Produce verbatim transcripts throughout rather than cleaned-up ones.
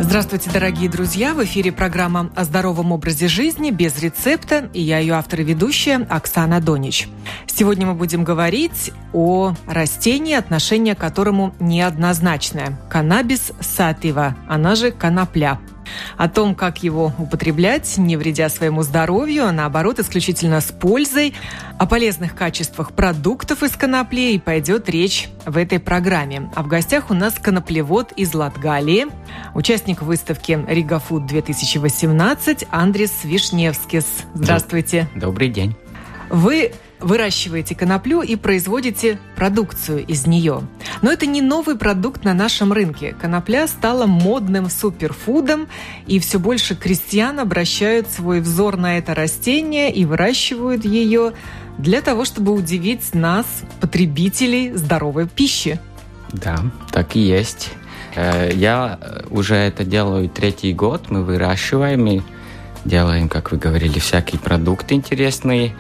Здравствуйте, дорогие друзья! В эфире программа о здоровом образе жизни без рецепта, и я ее автор и ведущая Оксана Донич. Сегодня мы будем говорить о растении, отношение к которому неоднозначное. Каннабис сатива, она же конопля. О том, как его употреблять, не вредя своему здоровью, а наоборот, исключительно с пользой, о полезных качествах продуктов из конопли и пойдет речь в этой программе. А в гостях у нас коноплевод из Латгалии, участник выставки Riga Food две тысячи восемнадцать Андрис Вишневскис. Здравствуйте. Добрый день. Вы выращиваете коноплю и производите продукцию из нее. Но это не новый продукт на нашем рынке. Конопля стала модным суперфудом, и все больше крестьян обращают свой взор на это растение и выращивают ее для того, чтобы удивить нас, потребителей здоровой пищи. Да, так и есть. Я уже это делаю третий год. Мы выращиваем и делаем, как вы говорили, всякие продукты интересные.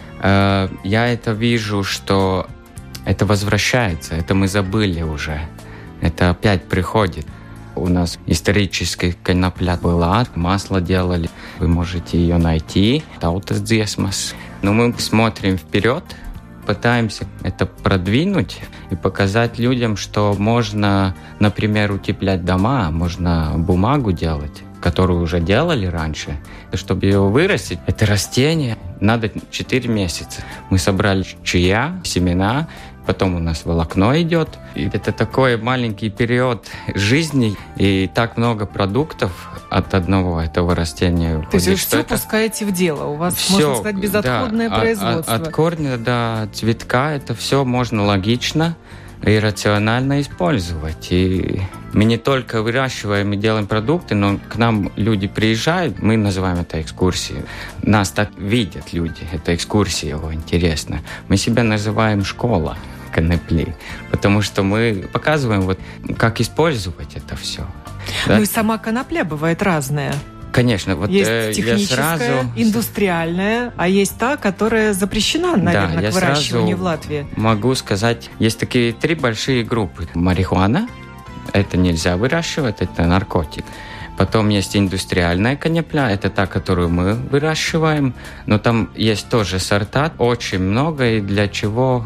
Я это вижу, что это возвращается, это мы забыли уже, это опять приходит. У нас исторически конопля была, масло делали, вы можете ее найти, tautas dziesmas. Но мы смотрим вперед, пытаемся это продвинуть и показать людям, что можно, например, утеплять дома, можно бумагу делать, которую уже делали раньше. Чтобы ее вырастить, это растение надо четыре месяца. Мы собрали чия, семена, потом у нас волокно идет. И это такой маленький период жизни, и так много продуктов от одного этого растения. То есть вы все это... пускаете в дело? У вас, все, можно сказать, безотходное да, производство. От, от корня до цветка это все можно логично и рационально использовать. И мы не только выращиваем и делаем продукты, но к нам люди приезжают, мы называем это экскурсией. Нас так видят люди, это экскурсия, его интересно. Мы себя называем школа конопли, потому что мы показываем, вот, как использовать это все. Да? Ну и сама конопля бывает разная. Конечно, вот есть э, техническая, я сразу... индустриальная, а есть та, которая запрещена, наверное, да, к выращиванию в Латвии. Могу сказать, есть такие три большие группы. Марихуана, это нельзя выращивать, это наркотик. Потом есть индустриальная конопля, это та, которую мы выращиваем, но там есть тоже сорта, очень много, и для чего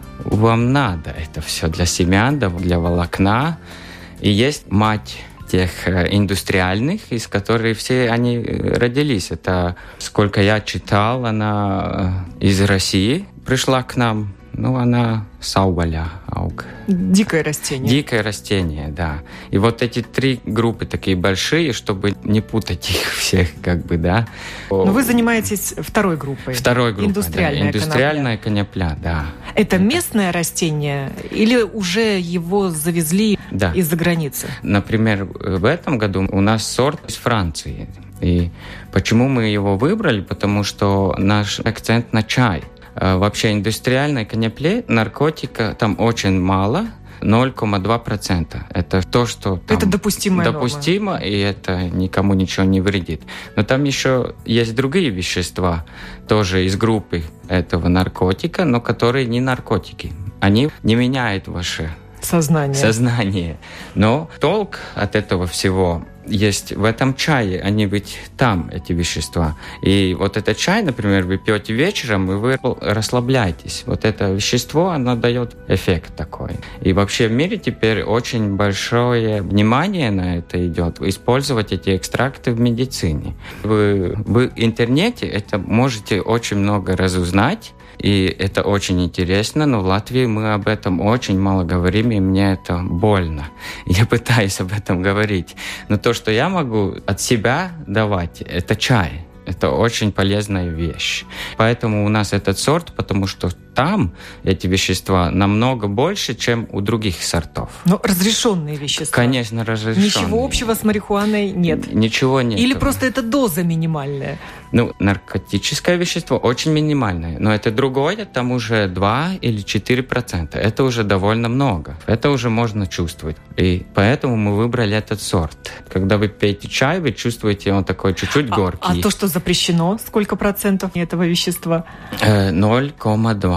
вам надо это все, для семян, для волокна. И есть мать тех индустриальных, из которых все они родились. Это, сколько я читал, она из России пришла к нам. Ну, она саугаля, ауг. Дикое растение. Дикое растение, да. И вот эти три группы такие большие, чтобы не путать их всех, как бы, да. Но вы занимаетесь второй группой. Второй группой, индустриальная, да. Индустриальная конопля, конопля, да. Это местное растение или уже его завезли да. из-за границы? Например, в этом году у нас сорт из Франции. И почему мы его выбрали? Потому что наш акцент на чай. Вообще индустриальной конопли наркотика там очень мало, ноль целых два десятых процента. Это то, что там это допустимая допустимо, норма. И это никому ничего не вредит. Но там еще есть другие вещества, тоже из группы этого наркотика, но которые не наркотики. Они не меняют ваше сознание. сознание. Но толк от этого всего есть в этом чае, они ведь там, эти вещества. И вот этот чай, например, вы пьете вечером, и вы расслабляетесь. Вот это вещество, оно дает эффект такой. И вообще в мире теперь очень большое внимание на это идет, использовать эти экстракты в медицине. Вы в интернете это можете очень много разузнать, и это очень интересно, но в Латвии мы об этом очень мало говорим, и мне это больно. Я пытаюсь об этом говорить. Но то, что я могу от себя давать, это чай. Это очень полезная вещь. Поэтому у нас этот сорт, потому что там эти вещества намного больше, чем у других сортов. Но разрешенные вещества. Конечно, разрешенные. Ничего общего с марихуаной нет. Ничего нет. Или просто это доза минимальная? Ну, наркотическое вещество очень минимальное, но это другое, там уже два или четыре процента. Это уже довольно много. Это уже можно чувствовать. И поэтому мы выбрали этот сорт. Когда вы пьете чай, вы чувствуете, он такой чуть-чуть горький. А, а то, что запрещено, сколько процентов этого вещества? ноль целых два.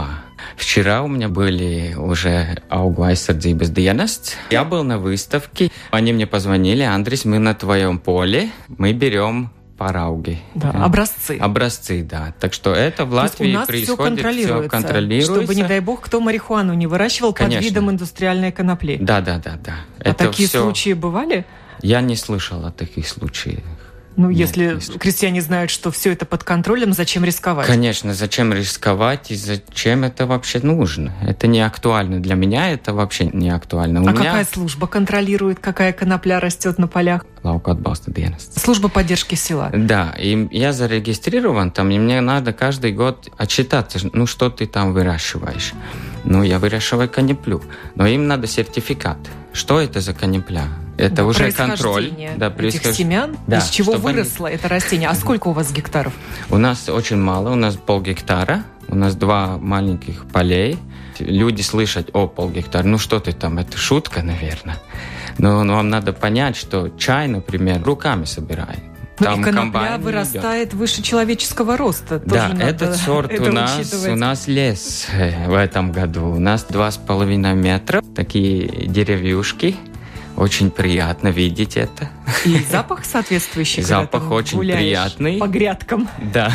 Вчера у меня были уже augu aizsardzības dienests. Я был на выставке. Они мне позвонили: Андрис, мы на твоем поле, мы берем парауги. Да, образцы. Образцы, да. Так что это в Латвии у нас происходит, все контролируется, все контролируется. Чтобы, не дай бог, кто марихуану не выращивал Конечно. Под видом индустриальной конопли. Да, да, да, да. А это такие все... случаи бывали? Я не слышал о таких случаях. Ну, Нет, если не крестьяне знают, что все это под контролем, зачем рисковать? Конечно, зачем рисковать и зачем это вообще нужно? Это не актуально. Для меня это вообще не актуально. У а меня... какая служба контролирует, какая конопля растет на полях? Lauku atbalsta dienests. Служба поддержки села. Да, и я зарегистрирован там, и мне надо каждый год отчитаться, ну, что ты там выращиваешь. Ну, я выращиваю коноплю, но им надо сертификат. Что это за конопля? Это уже контроль. Да, этих происхож... семян, да, из чего выросло они... это растение. А сколько у вас гектаров? У нас очень мало, у нас полгектара, у нас два маленьких полей. Люди слышат: о, полгектара, ну что ты там, это шутка, наверное. Но, но вам надо понять, что чай, например, руками собираем. Ну, там и конопля вырастает идет. Выше человеческого роста. Да, Тоже этот сорт это у нас, у нас лес в этом году. У нас два с половиной метра, такие деревьюшки. Очень приятно видеть это. И запах соответствующий. Запах очень приятный. По грядкам. Да.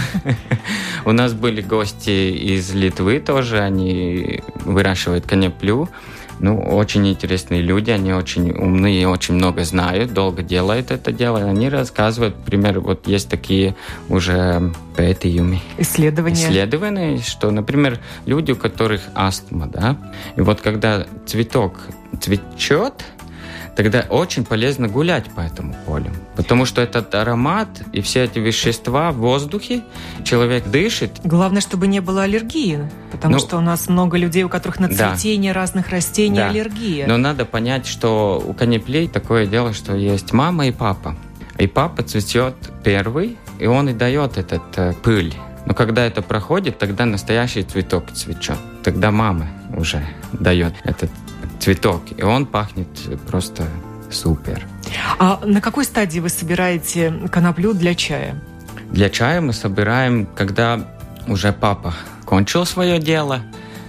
У нас были гости из Литвы тоже, они выращивают коноплю. Ну, очень интересные люди, они очень умные, очень много знают, долго делают это дело. Они рассказывают, например, вот есть такие уже пētījumi. Исследования. Исследования, что, например, люди, у которых астма, да, и вот когда цветок цветет, тогда очень полезно гулять по этому полю. Потому что этот аромат и все эти вещества в воздухе человек дышит. Главное, чтобы не было аллергии. Потому ну, что у нас много людей, у которых на цветение да. разных растений да. аллергия. Но надо понять, что у коноплей такое дело, что есть мама и папа. И папа цветет первый, и он и дает этот э, пыль. Но когда это проходит, тогда настоящий цветок цветет. Тогда мама уже дает этот цветок, и он пахнет просто супер. А на какой стадии вы собираете коноплю для чая? Для чая мы собираем, когда уже папа кончил свое дело,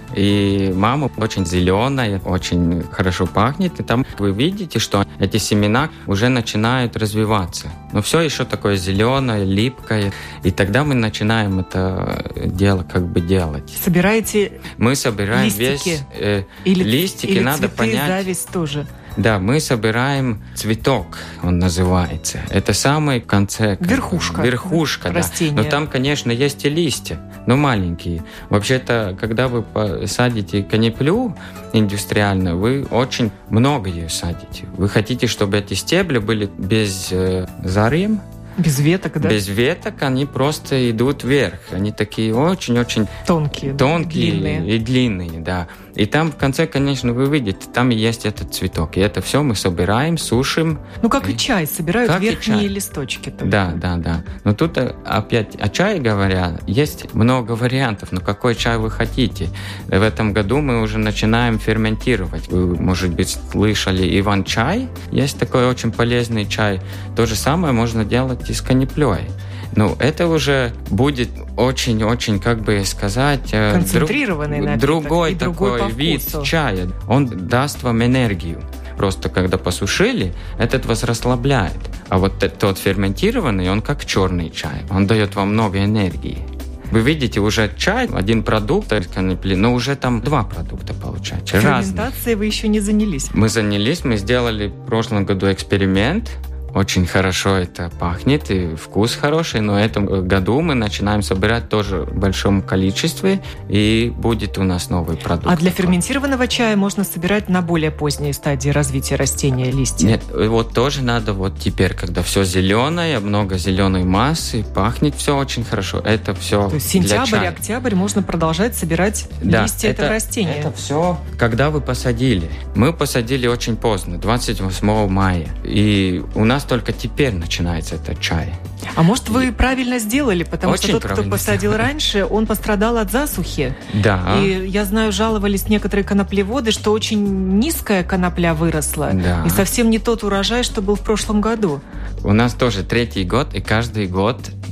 и мама очень зеленая, очень хорошо пахнет, и там вы видите, что эти семена уже начинают развиваться. Но все еще такое зеленое, липкое, и тогда мы начинаем это дело как бы делать. Собираете Мы собираем листики? весь э, или, листики, или надо цветы, понять. зависть тоже? Да, мы собираем цветок, он называется. Это самый в конце. Верхушка. Верхушка, да. Растения. Но там, конечно, есть и листья, но маленькие. Вообще-то, когда вы садите коноплю индустриальную, вы очень много ее садите. Вы хотите, чтобы эти стебли были без э, зарим. Без веток, да? Без веток, они просто идут вверх. Они такие очень-очень тонкие, тонкие длинные. и длинные, да. И там в конце, конечно, вы видите, там есть этот цветок. И это все мы собираем, сушим. Ну, как и чай, собирают как верхние листочки. Только. Да, да, да. Но тут опять о чае говоря, есть много вариантов. Но какой чай вы хотите? В этом году мы уже начинаем ферментировать. Вы, может быть, слышали иван-чай. Есть такой очень полезный чай. То же самое можно делать и с коноплей. Ну, это уже будет очень-очень, как бы сказать... Концентрированный друг, напиток. Другой и такой другой вид чая. Он даст вам энергию. Просто когда посушили, этот вас расслабляет. А вот тот ферментированный, он как черный чай. Он дает вам много энергии. Вы видите, уже чай, один продукт, но уже там два продукта получается. Ферментацией вы еще не занялись? Мы занялись, мы сделали в прошлом году эксперимент. Очень хорошо это пахнет, и вкус хороший, но в этом году мы начинаем собирать тоже в большом количестве, и будет у нас новый продукт. А для ферментированного чая можно собирать на более поздней стадии развития растения листья? Нет, вот тоже надо вот теперь, когда все зеленое, много зеленой массы, пахнет все очень хорошо. Это все То есть сентябрь, октябрь можно продолжать собирать да, листья это, этого растения? Это все, когда вы посадили. Мы посадили очень поздно, двадцать восьмого мая, и у нас только теперь начинается этот чай. А может, вы и... правильно сделали, потому Очень что тот, кто посадил сделали. раньше, он пострадал от засухи. Да. И я знаю, жаловались некоторые коноплеводы, что очень низкая конопля выросла. Да. И совсем не тот урожай, что был в прошлом году. У нас тоже третий год, и каждый год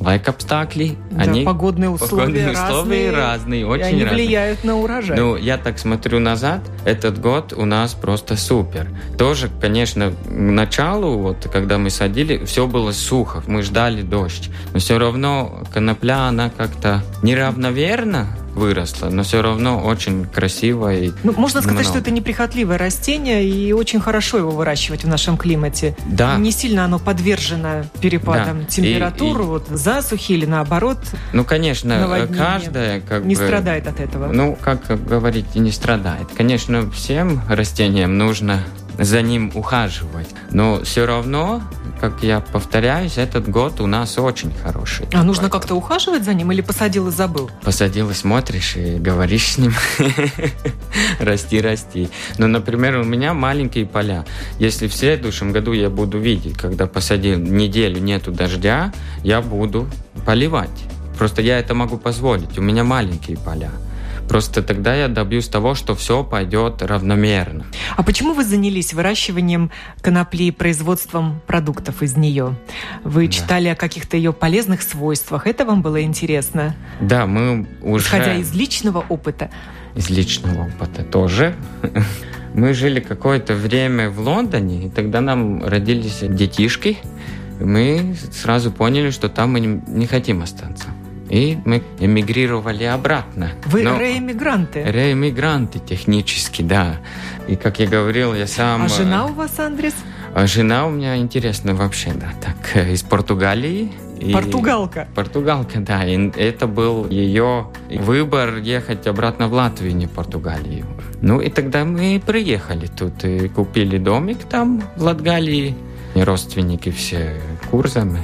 лайк-обстакли. Да, они, погодные условия, погодные условия разные, разные, очень и они разные. влияют на урожай. Ну, я так смотрю назад, этот год у нас просто супер. Тоже, конечно, к началу, вот, когда мы садили, все было сухо, мы ждали дождь. Но все равно конопля, она как-то неравномерно выросла, но все равно очень красиво. И ну, можно сказать, много. что это неприхотливое растение, и очень хорошо его выращивать в нашем климате. Да. Не сильно оно подвержено перепадам да. температур, и, и... вот, засухи или наоборот. Ну, конечно, каждая как не бы, страдает от этого. Ну, как говорить, не страдает. Конечно, всем растениям нужно за ним ухаживать, но все равно, как я повторяюсь, этот год у нас очень хороший. А нужно как-то ухаживать за ним или посадил и забыл? Посадил и смотришь, и говоришь с ним. Расти, расти. Ну, например, у меня маленькие поля. Если в следующем году я буду видеть, когда посадил, неделю нету дождя, я буду поливать. Просто я это могу позволить. У меня маленькие поля. Просто тогда я добьюсь того, что все пойдет равномерно. А почему вы занялись выращиванием конопли и производством продуктов из нее? Вы да. читали о каких-то ее полезных свойствах. Это вам было интересно? Да, мы уже... Исходя из личного опыта? Из личного опыта тоже. Мы жили какое-то время в Лондоне, и тогда нам родились детишки. Мы сразу поняли, что там мы не хотим остаться. И мы эмигрировали обратно. Вы Но реэмигранты? Реэмигранты технически, да. И, как я говорил, я сам... А жена у вас, Андрес? А жена у меня интересная вообще, да. Так, из Португалии. Португалка? И... Португалка, да. И это был ее выбор ехать обратно в Латвию, не в Португалию. Ну, и тогда мы приехали тут и купили домик там, в Латгалии. И родственники все курсами.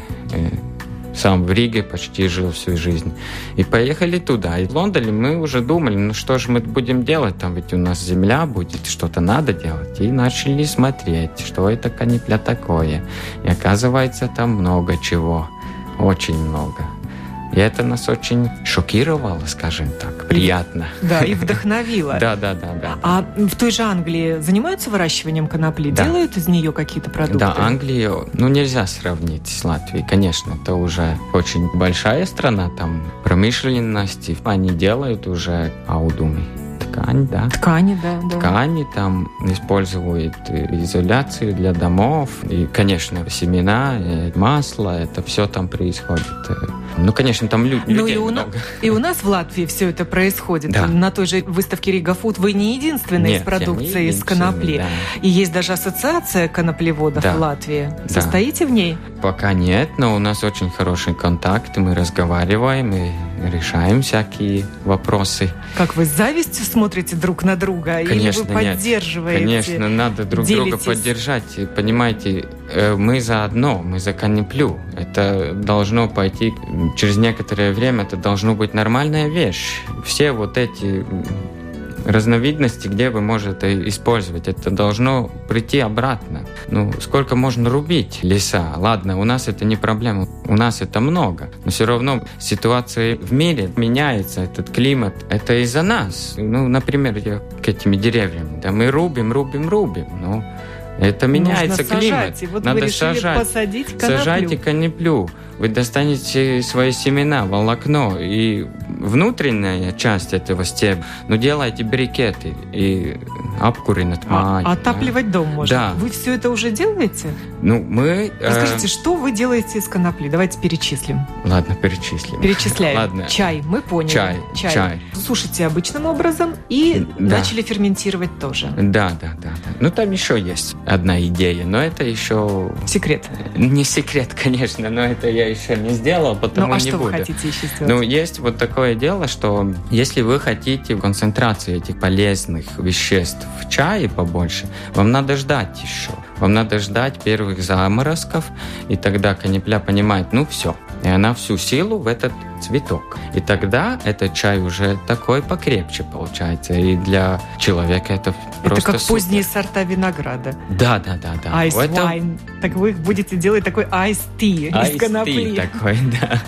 Сам в Риге почти жил всю жизнь. И поехали туда. И в Лондоне мы уже думали, ну что же мы будем делать? Там ведь у нас земля будет, что-то надо делать. И начали смотреть, что это конопля такое. И оказывается, там много чего. Очень много. И это нас очень шокировало, скажем так, приятно. Да, и вдохновило. Да, да, да, да. А в той же Англии занимаются выращиванием конопли? Да. Делают из нее какие-то продукты? Да, Англию, ну, нельзя сравнить с Латвией, конечно. Это уже очень большая страна, там промышленности. Они делают уже аудумы. Ткань, да. Ткани, да, да. Ткани там используют изоляцию для домов. И, конечно, семена, масло, это все там происходит. Ну, конечно, там лю- ну, людей и у много. На... И у нас в Латвии все это происходит. Да. На той же выставке Рига Фуд вы не единственные Нет, из продукции из конопли. Да. И есть даже ассоциация коноплеводов да. в Латвии. Да. Состоите в ней? Пока нет, но у нас очень хороший контакт. Мы разговариваем и решаем всякие вопросы. Как вы с завистью смотрите друг на друга? Конечно, или вы поддерживаете? Нет. Конечно, надо друг делитесь? друга поддержать. Понимаете, мы за одно, мы за коноплю. Это должно пойти через некоторое время, это должно быть нормальная вещь. Все вот эти разновидности, где вы можете использовать, это должно прийти обратно. Ну, сколько можно рубить леса? Ладно, у нас это не проблема, у нас это много. Но все равно ситуация в мире меняется, этот климат. Это из-за нас. Ну, например, я к этими деревьям. Да, мы рубим, рубим, рубим. Ну, это меняется нужно климат. Сажать. И вот надо вы решили сажать. посадить коноплю. Сажайте коноплю. Вы достанете свои семена, волокно, и внутренняя часть этого стебля, ну, делайте брикеты и обкуренные а, Отапливать да? дом можно. Да. Вы все это уже делаете? Ну, мы... Расскажите, э... что вы делаете из конопли? Давайте перечислим. Ладно, перечислим. Перечисляем. Ладно. Чай, мы поняли. Чай, чай. чай. Сушите обычным образом и да. начали ферментировать тоже. Да, да, да, да. Ну, там еще есть одна идея, но это еще... Секрет. Не секрет, конечно, но это я еще не сделал, потому ну, а не что буду. вы хотите еще сделать? Ну, есть вот такое дело, что если вы хотите концентрацию этих полезных веществ в чае побольше, вам надо ждать еще. Вам надо ждать первых заморозков, и тогда конопля понимает, ну все, и она всю силу в этот цветок. И тогда этот чай уже такой покрепче получается. И для человека это просто Это как супер. Поздние сорта винограда. Да, да, да, да. Ice это... wine. Так вы будете делать такой ice tea из конопли. Ice tea такой, да.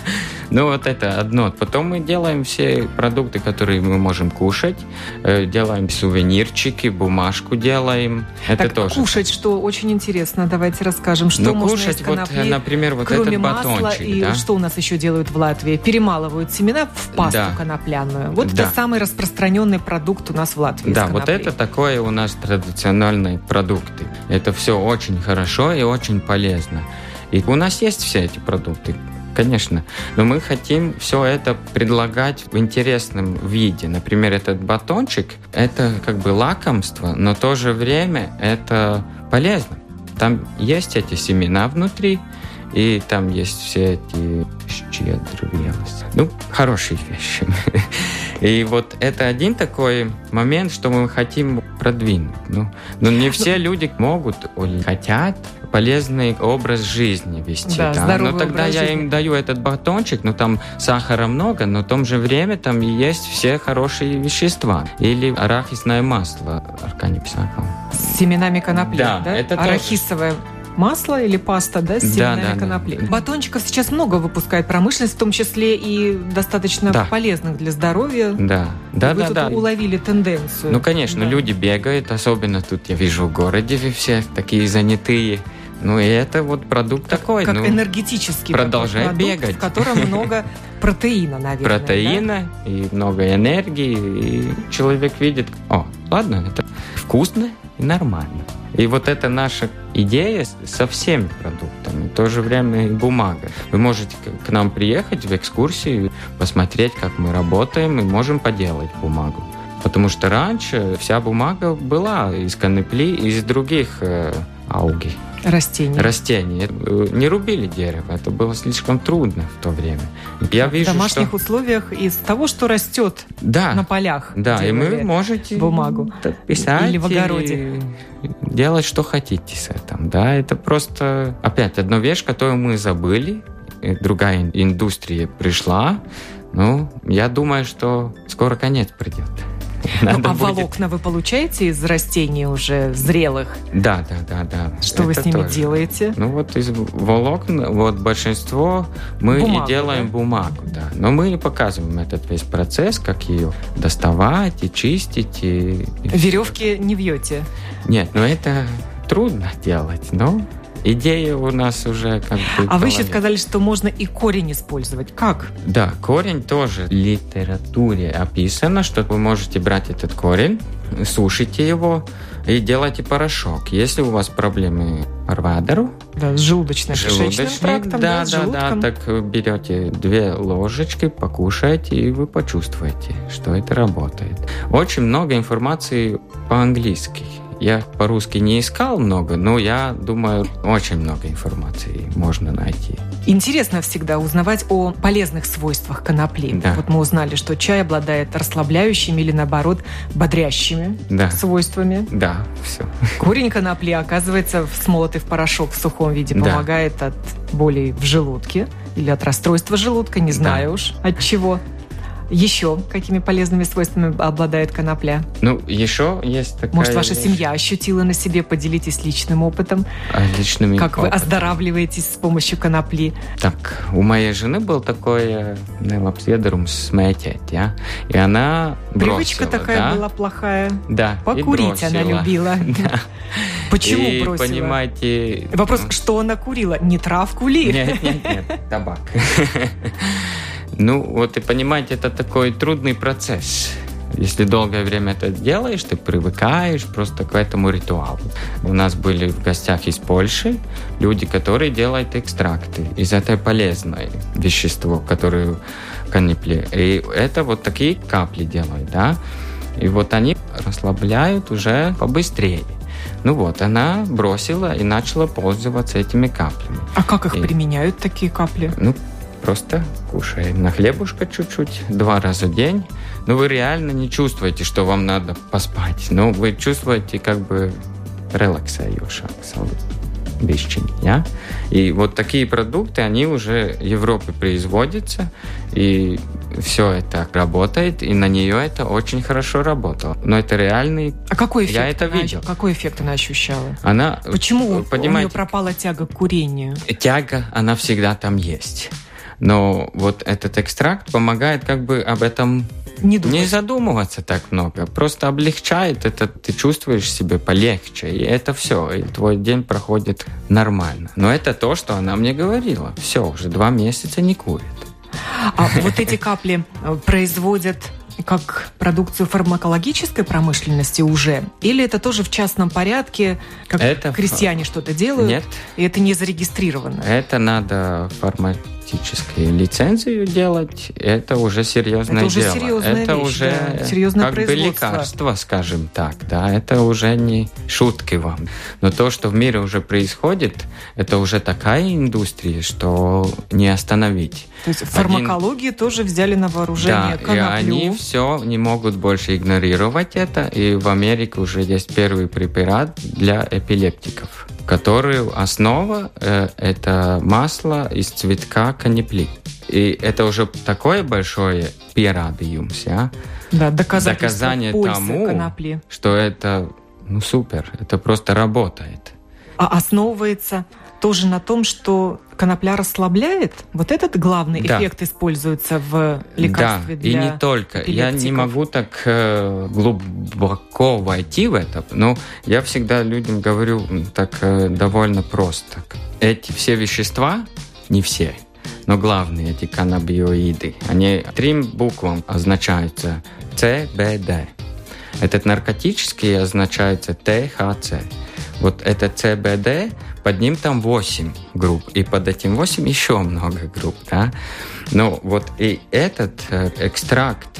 Ну, вот это одно. Потом мы делаем все продукты, которые мы можем кушать. Делаем сувенирчики, бумажку делаем. Это так, тоже. Кушать, что очень интересно. Давайте расскажем, что ну, можно кушать, из конопли, вот, например, вот кроме этот масла. батончик. И да? что у нас еще делают в Латвии? Перемалывают семена в пасту да. конопляную. Вот да. это самый распространенный продукт у нас в Латвии. Да, вот это такое у нас традиционные продукты. Это все очень хорошо и очень полезно. И у нас есть все эти продукты, конечно. Но мы хотим все это предлагать в интересном виде. Например, этот батончик – это как бы лакомство, но в то же время это полезно. Там есть эти семена внутри, и там есть все эти щедрвелости. Ну, хорошие вещи. И вот это один такой момент, что мы хотим продвинуть. Ну, но не все люди могут или хотят полезный образ жизни вести. Да, да? Но тогда образ я жизни. им даю этот батончик, ну там сахара много, но в то же время там и есть все хорошие вещества. Или арахисное масло. С семенами конопли, да? да? Это арахисовое масло или паста, да, с семенами да, да, конопли. Да. Батончиков сейчас много выпускает промышленность, в том числе и достаточно да. полезных для здоровья. Да, да, Вы да, тут да. уловили тенденцию. Ну, конечно, да. люди бегают, особенно тут я вижу в городе все такие занятые. Ну, и это вот продукт как, такой. Как ну, энергетический продолжай продукт, бегать. в котором много протеина, наверное. Протеина да? и много энергии. И человек видит, о, ладно, это вкусно и нормально. И вот это наша идея со всеми продуктами. В то же время и бумага. Вы можете к нам приехать в экскурсию, посмотреть, как мы работаем, и можем поделать бумагу. Потому что раньше вся бумага была из конопли, из других э, ауги. Растений. Растений. Не рубили дерево, это было слишком трудно в то время. Я в вижу, домашних что... условиях из того, что растет да, на полях. Да, и вы можете бумагу писать или в огороде. Или делать, что хотите с этим. Да, это просто опять одна вещь, которую мы забыли, другая индустрия пришла. Ну, я думаю, что скоро конец придет. Ну, а будет... волокна вы получаете из растений уже зрелых? Да, да, да, да. Что это вы с ними тоже. делаете? Ну вот из волокон, вот большинство мы бумагу, и делаем да? бумагу, да. Но мы показываем этот весь процесс, как ее доставать и чистить. И, и веревки все. Не вьете? Нет, ну это трудно делать, но... Идея у нас уже как бы... А вы еще сказали, что можно и корень использовать. Как? Да, корень тоже в литературе описано, что вы можете брать этот корень, сушите его и делайте порошок. Если у вас проблемы парвадеру, да, с желудочно-кишечным трактом, да, да, с да, желудком. да, так берете две ложечки, покушаете, и вы почувствуете, что это работает. Очень много информации по-английски. Я по-русски не искал много, но я думаю, очень много информации можно найти. Интересно всегда узнавать о полезных свойствах конопли. Да. Вот мы узнали, что чай обладает расслабляющими или, наоборот, бодрящими да. свойствами. Да, все. Корень конопли, оказывается, смолотый в порошок в сухом виде, да. помогает от болей в желудке или от расстройства желудка, не знаю да. уж от чего. Еще какими полезными свойствами обладает конопля? Ну, еще есть такая... Может, ваша вещь. семья ощутила на себе? Поделитесь личным опытом. А, личными как опытом. Вы оздоравливаетесь с помощью конопли? Так, у моей жены был такой лапседерум смететь, ja? И она Привычка бросила, такая да? была плохая. Да, покурить она любила. Да. Почему и, бросила? Понимаете... Вопрос, что она курила? Не травку ли? Нет, нет, нет, табак. Ну, вот и понимаете, это такой трудный процесс. Если долгое время это делаешь, ты привыкаешь просто к этому ритуалу. У нас были в гостях из Польши люди, которые делают экстракты из этой полезной вещества, которое конопли. И это вот такие капли делают, да. И вот они расслабляют уже побыстрее. Ну вот, она бросила и начала пользоваться этими каплями. А как их и... применяют, такие капли? Ну, просто кушаем на хлебушка чуть-чуть, два раза в день. Но вы реально не чувствуете, что вам надо поспать. Но вы чувствуете как бы релаксējošāk bišķiņ, ja? И вот такие продукты, они уже в Европе производятся, и все это работает, и на нее это очень хорошо работало. Но это реальный... А какой эффект? Я это она, видел. Какой эффект она ощущала? Она... Почему понимаете, у нее пропала тяга к курению? Тяга, она всегда там есть. Но вот этот экстракт помогает как бы об этом не, не задумываться так много. Просто облегчает это, ты чувствуешь себя полегче. И это все. И твой день проходит нормально. Но это то, что она мне говорила. Все, уже два месяца не курит. А вот эти капли производят как продукцию фармакологической промышленности уже? Или это тоже в частном порядке, как это крестьяне ф... что-то делают? Нет. И это не зарегистрировано? Это надо фармацевтическую лицензию делать. Это уже серьезное это уже дело. Серьезная это вещь, уже да. Серьезное как бы лекарство, скажем так. Да? Это уже не шутки вам. Но то, что в мире уже происходит, это уже такая индустрия, что не остановить. То есть в фармакологии Один... тоже взяли на вооружение да, коноплю. И они все не могут больше игнорировать это. И в Америке уже есть первый препарат для эпилептиков, который основа э, это масло из цветка конопли. И это уже такое большое пирадиум, а? Да, доказание тому, конопли. Что это ну, супер, это просто работает. А основывается тоже на том, что конопля расслабляет? Вот этот главный да. эффект используется в лекарстве да, для и не только. эпилептиков. Я не могу так э, глубоко войти в это, но я всегда людям говорю так э, довольно просто. Эти все вещества, не все, но главные эти каннабиоиды, они трем буквам означаются си би ди. Этот наркотический означается ти эйч си. Вот этот си би ди, под ним там восемь групп, и под этим восемь еще много групп, да. Но вот и этот э, экстракт,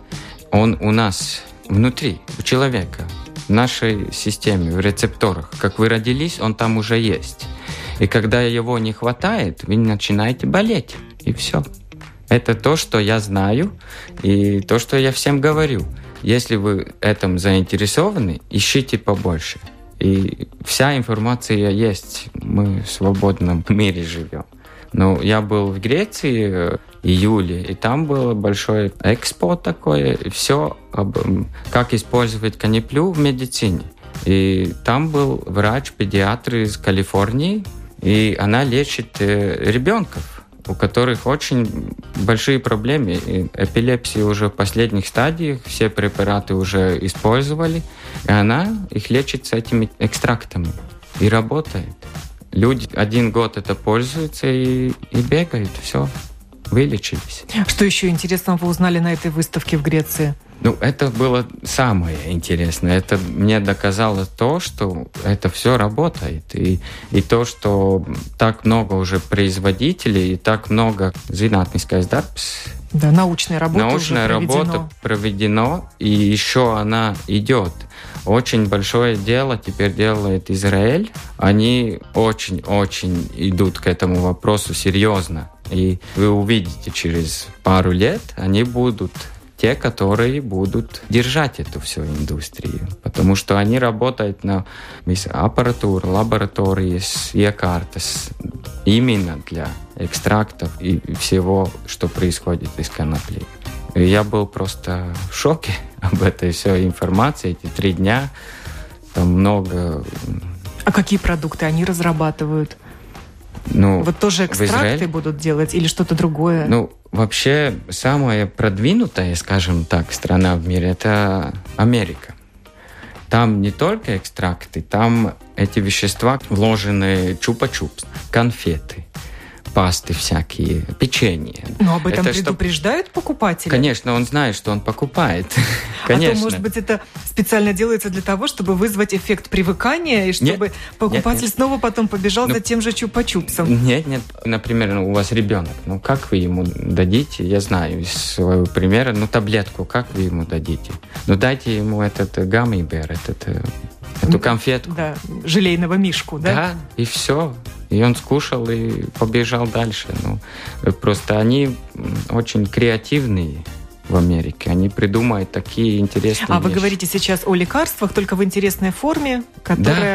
он у нас внутри, у человека, в нашей системе, в рецепторах. Как вы родились, он там уже есть. И когда его не хватает, вы начинаете болеть, и все. Это то, что я знаю, и то, что я всем говорю. Если вы этим заинтересованы, ищите побольше. И вся информация есть. Мы в свободном мире живем. Но я был в Греции в июле, и там было большое экспо такое, и все об как использовать коноплю в медицине. И там был врач-педиатр из Калифорнии, и она лечит ребенков, у которых очень большие проблемы. И эпилепсия уже в последних стадиях, все препараты уже использовали, и она их лечит с этими экстрактами. И работает. Люди один год это пользуются и, и бегают, все, вылечились. Что еще интересного вы узнали на этой выставке в Греции? Ну, это было самое интересное. Это мне доказало то, что это все работает. И, и то, что так много уже производителей, и так много зinātniskais darbs. Да, научная работа Научная уже проведено. работа проведена, и еще она идет. Очень большое дело теперь делает Израиль. Они очень-очень идут к этому вопросу серьезно. И вы увидите, через пару лет они будут те, которые будут держать эту всю индустрию. Потому что они работают на аппаратуре, лаборатории, iekārtas именно для экстрактов и всего, что происходит из конопли. И я был просто в шоке об этой всей информации. Эти три дня, там много... А какие продукты они разрабатывают? Ну, вот тоже экстракты будут делать или что-то другое? Ну, вообще, самая продвинутая, скажем так, страна в мире – это Америка. Там не только экстракты, там эти вещества вложены чупа-чупс, конфеты, пасты всякие, печенье. Но об этом это предупреждают что... покупатели? Конечно, он знает, что он покупает. Конечно. А то, может быть, это специально делается для того, чтобы вызвать эффект привыкания, и чтобы нет, покупатель нет, нет. снова потом побежал ну, за тем же чупа-чупсом. Нет, нет. Например, ну, у вас ребенок. Ну, как вы ему дадите? Я знаю из своего примера. Ну, таблетку, как вы ему дадите? Ну, дайте ему этот gummy bear, этот, эту конфетку. Да, желейного мишку, да? Да, и все. И он скушал и побежал дальше. Ну, просто они очень креативные в Америке. Они придумают такие интересные А вещи. Вы говорите сейчас о лекарствах, только в интересной форме, которая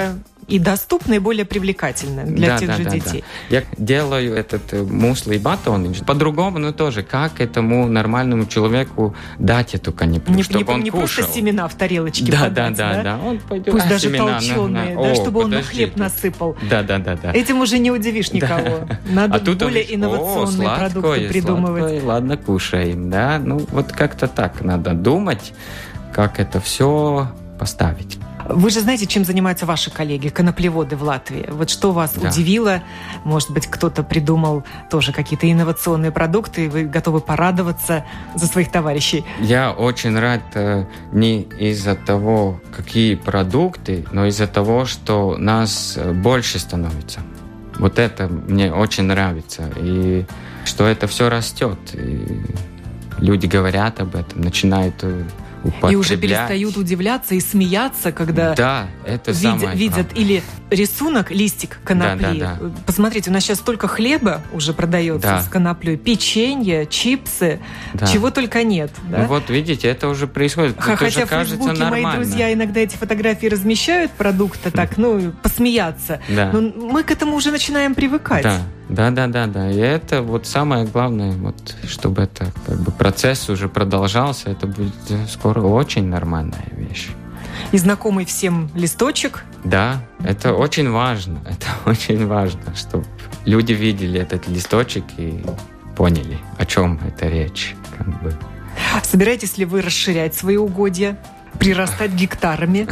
и доступно, и более привлекательно для да, тех да, же да, детей. Да. Я делаю этот муслы и батоны по-другому, но тоже, как этому нормальному человеку дать эту конопли, не, чтобы не, он не кушал. просто семена в тарелочке да, подать, да, да? да, да. Он пойдет, пусть а, даже семена, толченые, на, на. да, О, чтобы он на подождите. хлеб насыпал. Да, да, да, да. Этим уже не удивишь никого. Надо а тут более он, инновационные о, продукты сладкое, придумывать. Сладкое, ладно, кушаем, да. Ну, вот как-то так надо думать, как это все поставить. Вы же знаете, чем занимаются ваши коллеги, коноплеводы в Латвии? Вот что вас да. удивило? Может быть, кто-то придумал тоже какие-то инновационные продукты, и вы готовы порадоваться за своих товарищей? Я очень рад э, не из-за того, какие продукты, но из-за того, что нас больше становится. Вот это мне очень нравится. И что это все растет. И люди говорят об этом, начинают употреблять. И уже перестают удивляться и смеяться, когда да, это видят, видят или рисунок, листик конопли. Да, да, да. Посмотрите, у нас сейчас столько хлеба уже продается да. с коноплей, печенье, чипсы, да. чего только нет. Да? Ну вот видите, это уже происходит. Хотя это уже в кажется Фейсбуке нормально. мои друзья иногда эти фотографии размещают продукты, так, ну, посмеяться. Да. Но мы к этому уже начинаем привыкать. Да. Да, да, да, да. И это вот самое главное, вот, чтобы это как бы процесс уже продолжался, это будет скоро очень нормальная вещь. И знакомый всем листочек. Да, это очень важно. Это очень важно, чтобы люди видели этот листочек и поняли, о чем это речь. Как бы. Собираетесь ли вы расширять свои угодья, прирастать гектарами?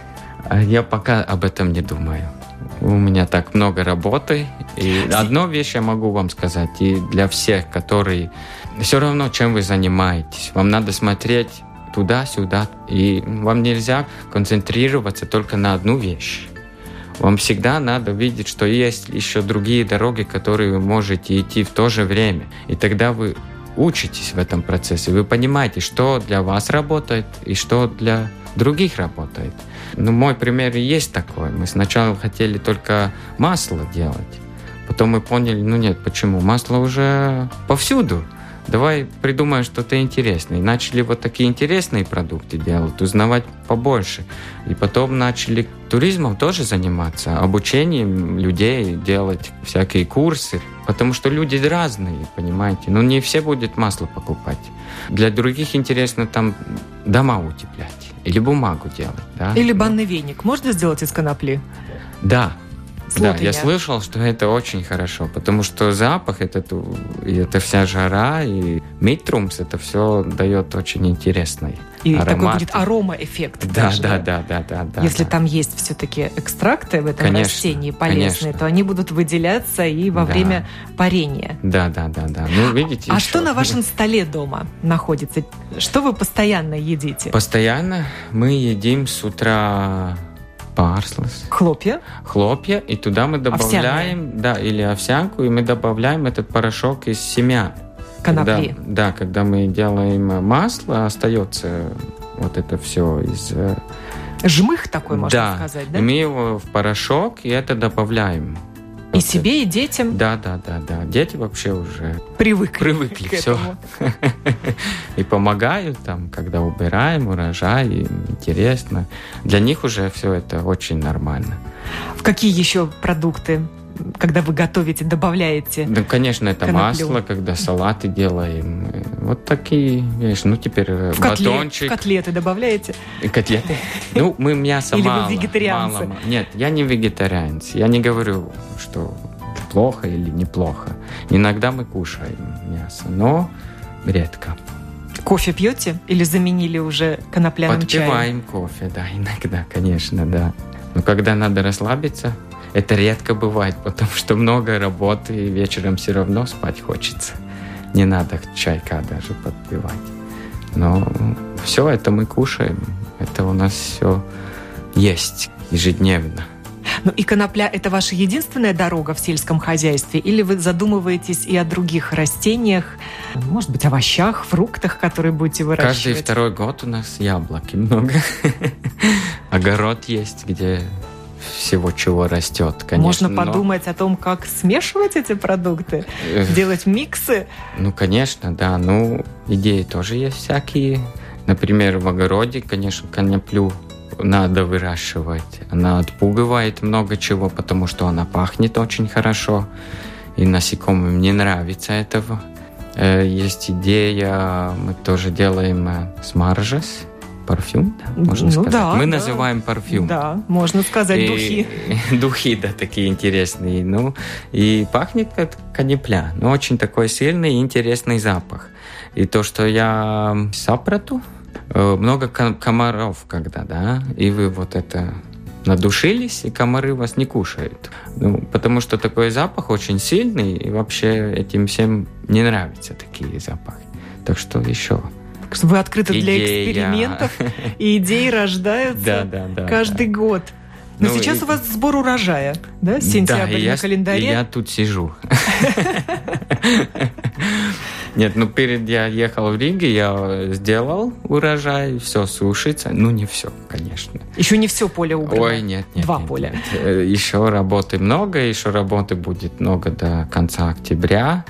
Я пока об этом не думаю. У меня так много работы. И одну вещь я могу вам сказать. И для всех, которые... Все равно, чем вы занимаетесь. Вам надо смотреть туда-сюда. И вам нельзя концентрироваться только на одну вещь. Вам всегда надо видеть, что есть еще другие дороги, которые вы можете идти в то же время. И тогда вы учитесь в этом процессе. Вы понимаете, что для вас работает и что для других работает. Ну, мой пример и есть такой. Мы сначала хотели только масло делать. Потом мы поняли, ну нет, почему? Масло уже повсюду. Давай придумаем что-то интересное. И начали вот такие интересные продукты делать, узнавать побольше. И потом начали туризмом тоже заниматься, обучением людей, делать всякие курсы. Потому что люди разные, понимаете. Ну, не все будут масло покупать. Для других интересно там дома утеплять. Или бумагу делать. Да? Или банный веник. Можно сделать из конопли? Да. Слот да, я слышал, что это очень хорошо, потому что запах, это, и это вся жара, и митрумс, это все дает очень интересный и аромат. Такой будет арома-эффект. Да, даже, да, да, да, да, да. Если да. там есть все-таки экстракты в этом конечно, растении полезные, конечно. то они будут выделяться и во да. время парения. Да, да, да, да. Ну, видите, а еще. что на вашем столе дома находится? Что вы постоянно едите? Постоянно мы едим с утра парслас. Хлопья? Хлопья, и туда мы добавляем, овсяные. да, или овсянку, и мы добавляем этот порошок из семян. Конопли. Когда, да, когда мы делаем масло, остается вот это все из... Жмых такой, можно да. сказать, да? И мы его в порошок, и это добавляем. И вот себе, это. И детям? Да, да, да, да. Дети вообще уже привыкли, привыкли к все. И помогают там, когда убираем урожай, им интересно. Для них уже все это очень нормально. В какие еще продукты, когда вы готовите, добавляете? Да, конечно, это коноплю. Масло, когда салаты делаем. Вот такие вещи. Ну, теперь в батончик. Котлет, в котлеты добавляете? Котлеты? Ну, мы мясо Или мало. Или вы вегетарианцы? Мало, мало. Нет, я не вегетарианец. Я не говорю, что плохо или неплохо. Иногда мы кушаем мясо, но редко. Кофе пьете? Или заменили уже конопляным чаем? Подпиваем кофе, да, иногда, конечно, да. Но когда надо расслабиться, это редко бывает, потому что много работы, и вечером все равно спать хочется. Не надо чайка даже подпивать. Но все это мы кушаем. Это у нас все есть ежедневно. Ну и конопля – это ваша единственная дорога в сельском хозяйстве? Или вы задумываетесь и о других растениях, может быть, овощах, фруктах, которые будете выращивать? Каждый второй год у нас яблоки много. Огород есть, где всего, чего растет, конечно. Можно подумать но... о том, как смешивать эти продукты, делать миксы. Ну, конечно, да. Ну, идеи тоже есть всякие. Например, в огороде, конечно, коноплю надо выращивать. Она отпугивает много чего, потому что она пахнет очень хорошо. И насекомым не нравится этого. Есть идея, мы тоже делаем смаржес, парфюм, да, можно ну, сказать. Да, мы да. называем парфюм. Да, можно сказать, и, духи. Духи, да, такие интересные. Ну, и пахнет как конопля, но очень такой сильный и интересный запах. И то, что я сапрату, много комаров когда, да, и вы вот это надушились, и комары вас не кушают. Ну, потому что такой запах очень сильный, и вообще этим всем не нравятся такие запахи. Так что еще... Вы открыты для Идея. экспериментов, и идеи рождаются да, да, да, каждый да. год. Но ну, сейчас и... у вас сбор урожая, да, сентябрь да, на я, календаре? И я тут сижу. Нет, ну перед я ехал в Ригу, я сделал урожай, все сушится. Ну, не все, конечно. Еще не все поле убрано. Ой, нет, нет. Два нет, поля. Нет. Еще работы много, еще работы будет много до конца октября.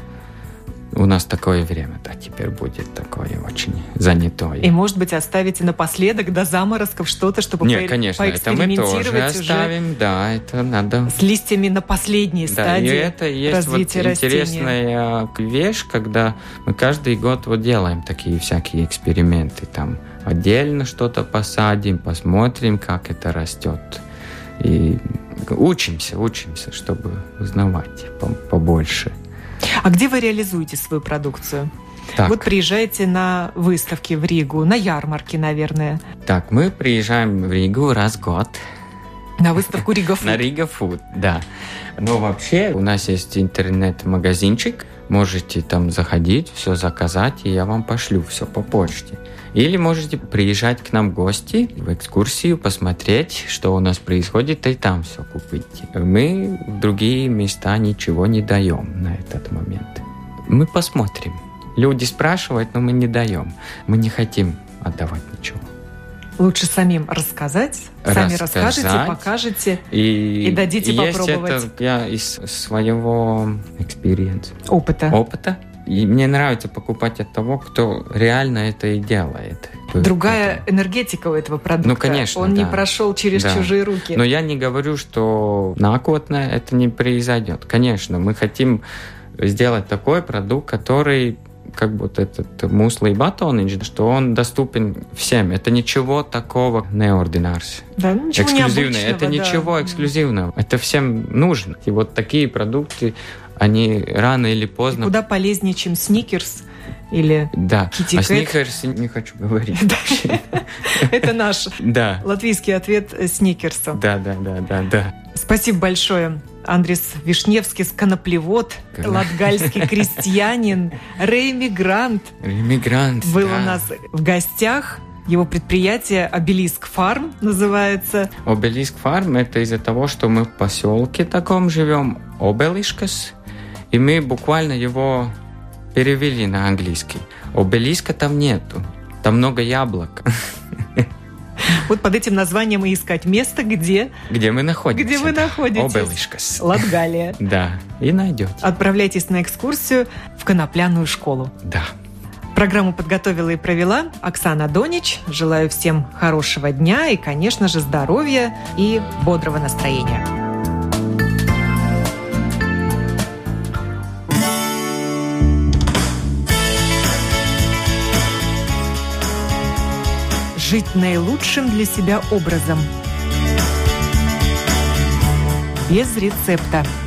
У нас такое время, да, теперь будет такое очень занятое. И, может быть, оставите напоследок до заморозков что-то, чтобы Нет, по- конечно, это мы тоже оставим, да, это надо. С листьями на последней да, стадии и это есть вот интересная вещь, когда мы каждый год вот делаем такие всякие эксперименты, там отдельно что-то посадим, посмотрим, как это растет. И учимся, учимся, чтобы узнавать побольше. А где вы реализуете свою продукцию? Так. Вот приезжаете на выставки в Ригу, на ярмарки, наверное. Так, мы приезжаем в Ригу раз в год. На выставку Рига Фуд. На Рига Фуд, да. Но вообще у нас есть интернет-магазинчик. Можете там заходить, все заказать, и я вам пошлю все по почте. Или можете приезжать к нам в гости, в экскурсию, посмотреть, что у нас происходит, и там все купить. Мы в другие места ничего не даем на этот момент. Мы посмотрим. Люди спрашивают, но мы не даем. Мы не хотим отдавать ничего. Лучше самим рассказать, сами расскажете, покажете и, и дадите и попробовать. Есть это я из своего экспириенса. Опыта. Опыта. И мне нравится покупать от того, кто реально это и делает. Другая энергетика у этого продукта. Ну, конечно, Он да. не прошел через да. чужие руки. Но я не говорю, что накотно это не произойдет. Конечно, мы хотим сделать такой продукт, который как вот этот муслый батонич, что он доступен всем. Это ничего такого неординарс. Да, ничего эксклюзивного. Это да. ничего эксклюзивного. Это всем нужно. И вот такие продукты, они рано или поздно... И куда полезнее, чем сникерс или да. Китти Кэт. О сникерсе не хочу говорить. Это наш латвийский ответ сникерсу. Да, да, да, да, да. Спасибо большое. Андрис Вишневский, коноплевод, латгальский крестьянин, реэмигрант. Реэмигрант, Был да. у нас в гостях. Его предприятие «Обелиск Фарм» называется. «Обелиск Фарм» — это из-за того, что мы в поселке таком живем, Обелишкас, и мы буквально его перевели на английский. Обелиска там нету, там много яблок. Вот под этим названием и искать место, где... Где мы находимся. Где вы находитесь. Обелишкас. Латгалия. Да, и найдете. Отправляйтесь на экскурсию в конопляную школу. Да. Программу подготовила и провела Оксана Донич. Желаю всем хорошего дня и, конечно же, здоровья и бодрого настроения. Жить наилучшим для себя образом. Без рецепта.